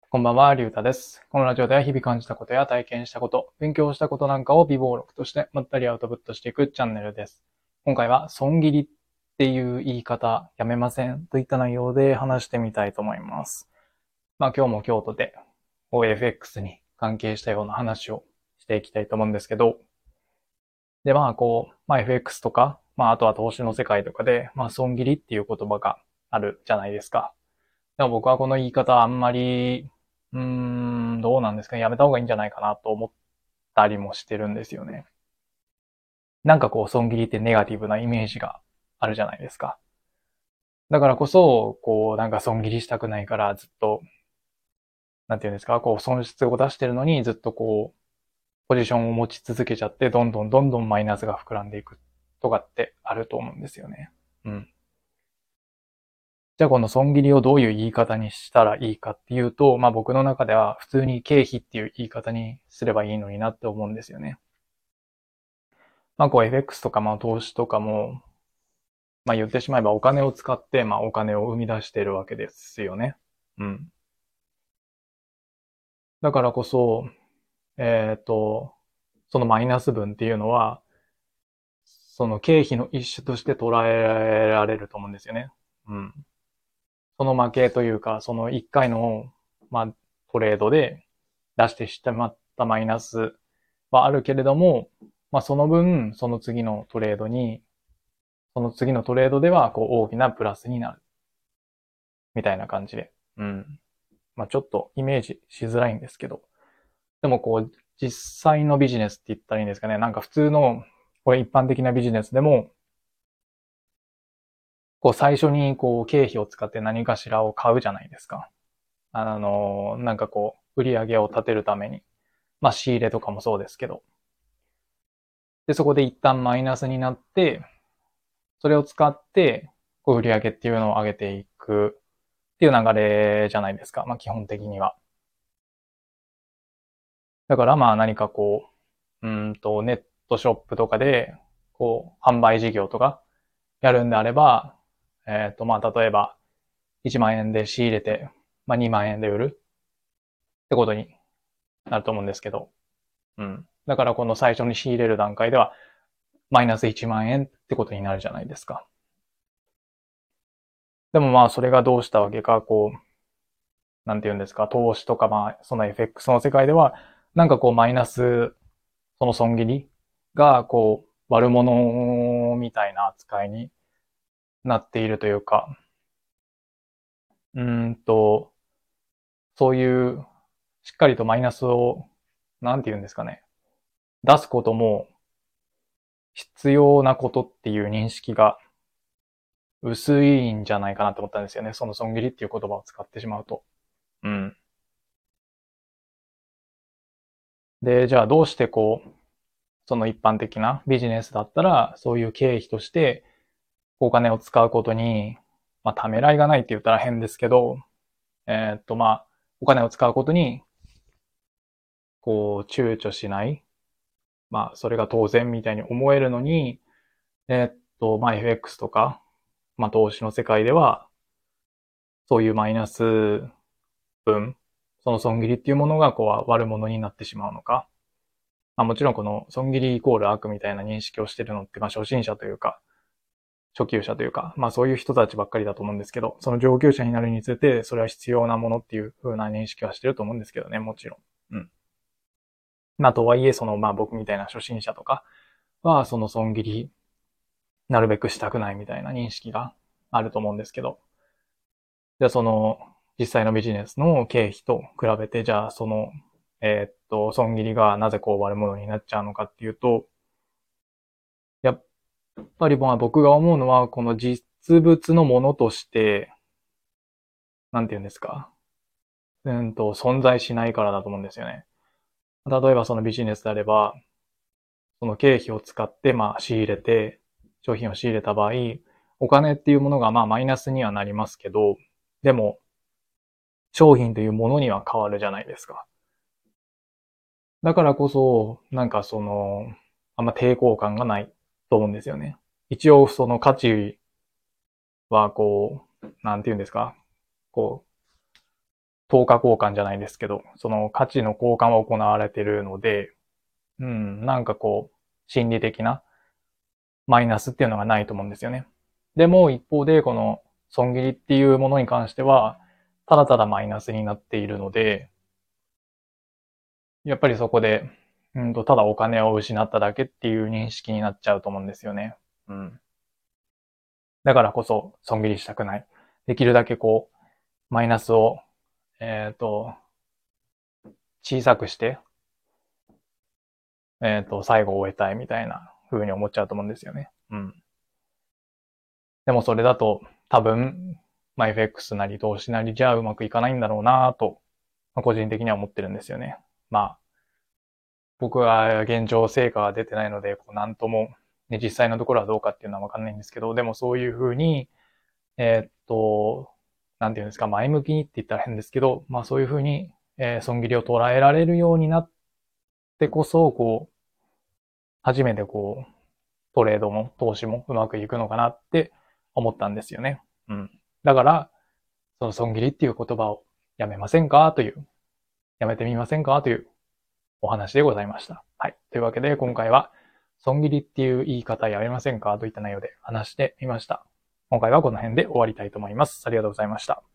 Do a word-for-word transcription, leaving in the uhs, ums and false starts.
こんばんは、りゅうたです。このラジオでは日々感じたことや体験したこと、勉強したことなんかを微暴録としてまったりアウトプットしていくチャンネルです。今回は、損切りっていう言い方やめませんといった内容で話してみたいと思います。まあ今日も京都で オーエフエックス に関係したような話をしていきたいと思うんですけど、でまあこう、まあ エフエックス とか、まああとは投資の世界とかで、まあ損切りっていう言葉があるじゃないですか。でも僕はこの言い方あんまり、うーん、どうなんですかね。やめた方がいいんじゃないかなと思ったりもしてるんですよね。なんかこう、損切りってネガティブなイメージがあるじゃないですか。だからこそ、こう、なんか損切りしたくないからずっと、なんていうんですか、こう、損失を出してるのにずっとこう、ポジションを持ち続けちゃって、どんどんどんどんマイナスが膨らんでいくとかってあると思うんですよね。うん。じゃあこの損切りをどういう言い方にしたらいいかっていうと、まあ僕の中では普通に経費っていう言い方にすればいいのになって思うんですよね。まあこう エフエックス とかまあ投資とかも、まあ言ってしまえばお金を使ってまあお金を生み出しているわけですよね。うん。だからこそ、えっと、そのマイナス分っていうのは、その経費の一種として捉えられると思うんですよね。うん。その負けというか、その一回の、まあ、トレードで出してしまったマイナスはあるけれども、まあ、その分、その次のトレードに、その次のトレードでは、こう、大きなプラスになる。みたいな感じで。うん。まあ、ちょっとイメージしづらいんですけど。でも、こう、実際のビジネスって言ったらいいんですかね。なんか普通の、これ一般的なビジネスでも、こう、最初に、こう、経費を使って何かしらを買うじゃないですか。あの、なんかこう、売り上げを立てるために。まあ、仕入れとかもそうですけど。で、そこで一旦マイナスになって、それを使って、こう、売り上げっていうのを上げていくっていう流れじゃないですか。まあ、基本的には。だからまあ何かこう、うーんと、ネットショップとかで、こう、販売事業とかやるんであれば、えっ、とまあ例えば、いちまん円で仕入れて、まあにまん円で売るってことになると思うんですけど、うん。だからこの最初に仕入れる段階では、マイナスいちまん円ってことになるじゃないですか。でもまあそれがどうしたわけか、こう、なんて言うんですか、投資とかまあその エフエックス の世界では、なんかこうマイナス、その損切りがこう悪者みたいな扱いになっているというか、うーんと、そういうしっかりとマイナスを、なんて言うんですかね、出すことも必要なことっていう認識が薄いんじゃないかなと思ったんですよね。その損切りっていう言葉を使ってしまうと。うん。で、じゃあどうしてこう、その一般的なビジネスだったら、そういう経費としてお金を使うことに、まあ、ためらいがないって言ったら変ですけど、えーっと、まあ、お金を使うことに、こう、躊躇しない。まあ、それが当然みたいに思えるのに、えーっと、まあ、エフエックス とか、まあ、投資の世界では、そういうマイナス分、その損切りっていうものが、こう、悪者になってしまうのか。まあ、もちろんこの損切りイコール悪みたいな認識をしてるのって、まあ、初心者というか、初級者というか、まあそういう人たちばっかりだと思うんですけど、その上級者になるにつれて、それは必要なものっていう風な認識はしてると思うんですけどね、もちろん。うん。まあとはいえ、そのまあ僕みたいな初心者とかは、その損切り、なるべくしたくないみたいな認識があると思うんですけど、じゃあその実際のビジネスの経費と比べて、じゃあその、えーっと、損切りがなぜこう悪者になっちゃうのかっていうと、やっぱりまあ僕が思うのは、この実物のものとして、なんて言うんですか、うんと、存在しないからだと思うんですよね。例えばそのビジネスであれば、その経費を使ってまあ仕入れて、商品を仕入れた場合、お金っていうものがまあマイナスにはなりますけど、でも商品というものには変わるじゃないですか。だからこそ、なんかその、あんま抵抗感がないと思うんですよね。一応その価値はこう、なんて言うんですか、こう、 等価交換じゃないですけど、その価値の交換は行われているので、うん、なんかこう、心理的なマイナスっていうのがないと思うんですよね。でも一方でこの損切りっていうものに関しては、ただただマイナスになっているので、やっぱりそこで、うんと、ただお金を失っただけっていう認識になっちゃうと思うんですよね。うん。だからこそ損切りしたくない。できるだけこう、マイナスを、えっと、小さくして、えっと、最後を終えたいみたいな風に思っちゃうと思うんですよね。うん。でもそれだと多分、まあ、エフエックス なり投資なりじゃうまくいかないんだろうなと、まあ、個人的には思ってるんですよね。まあ、僕は現状成果が出てないので、こうなんとも、ね、実際のところはどうかっていうのはわかんないんですけど、でもそういう風に、えーっと、なんていうんですか、前向きにって言ったら変ですけど、まあそういう風に、えー損切りを捉えられるようになってこそ、こう、初めてこう、トレードも投資もうまくいくのかなって思ったんですよね。うん。だから、その損切りっていう言葉をやめませんかという、やめてみませんかというお話でございました。はい。というわけで今回は、損切りっていう言い方やめませんかといった内容で話してみました。今回はこの辺で終わりたいと思います。ありがとうございました。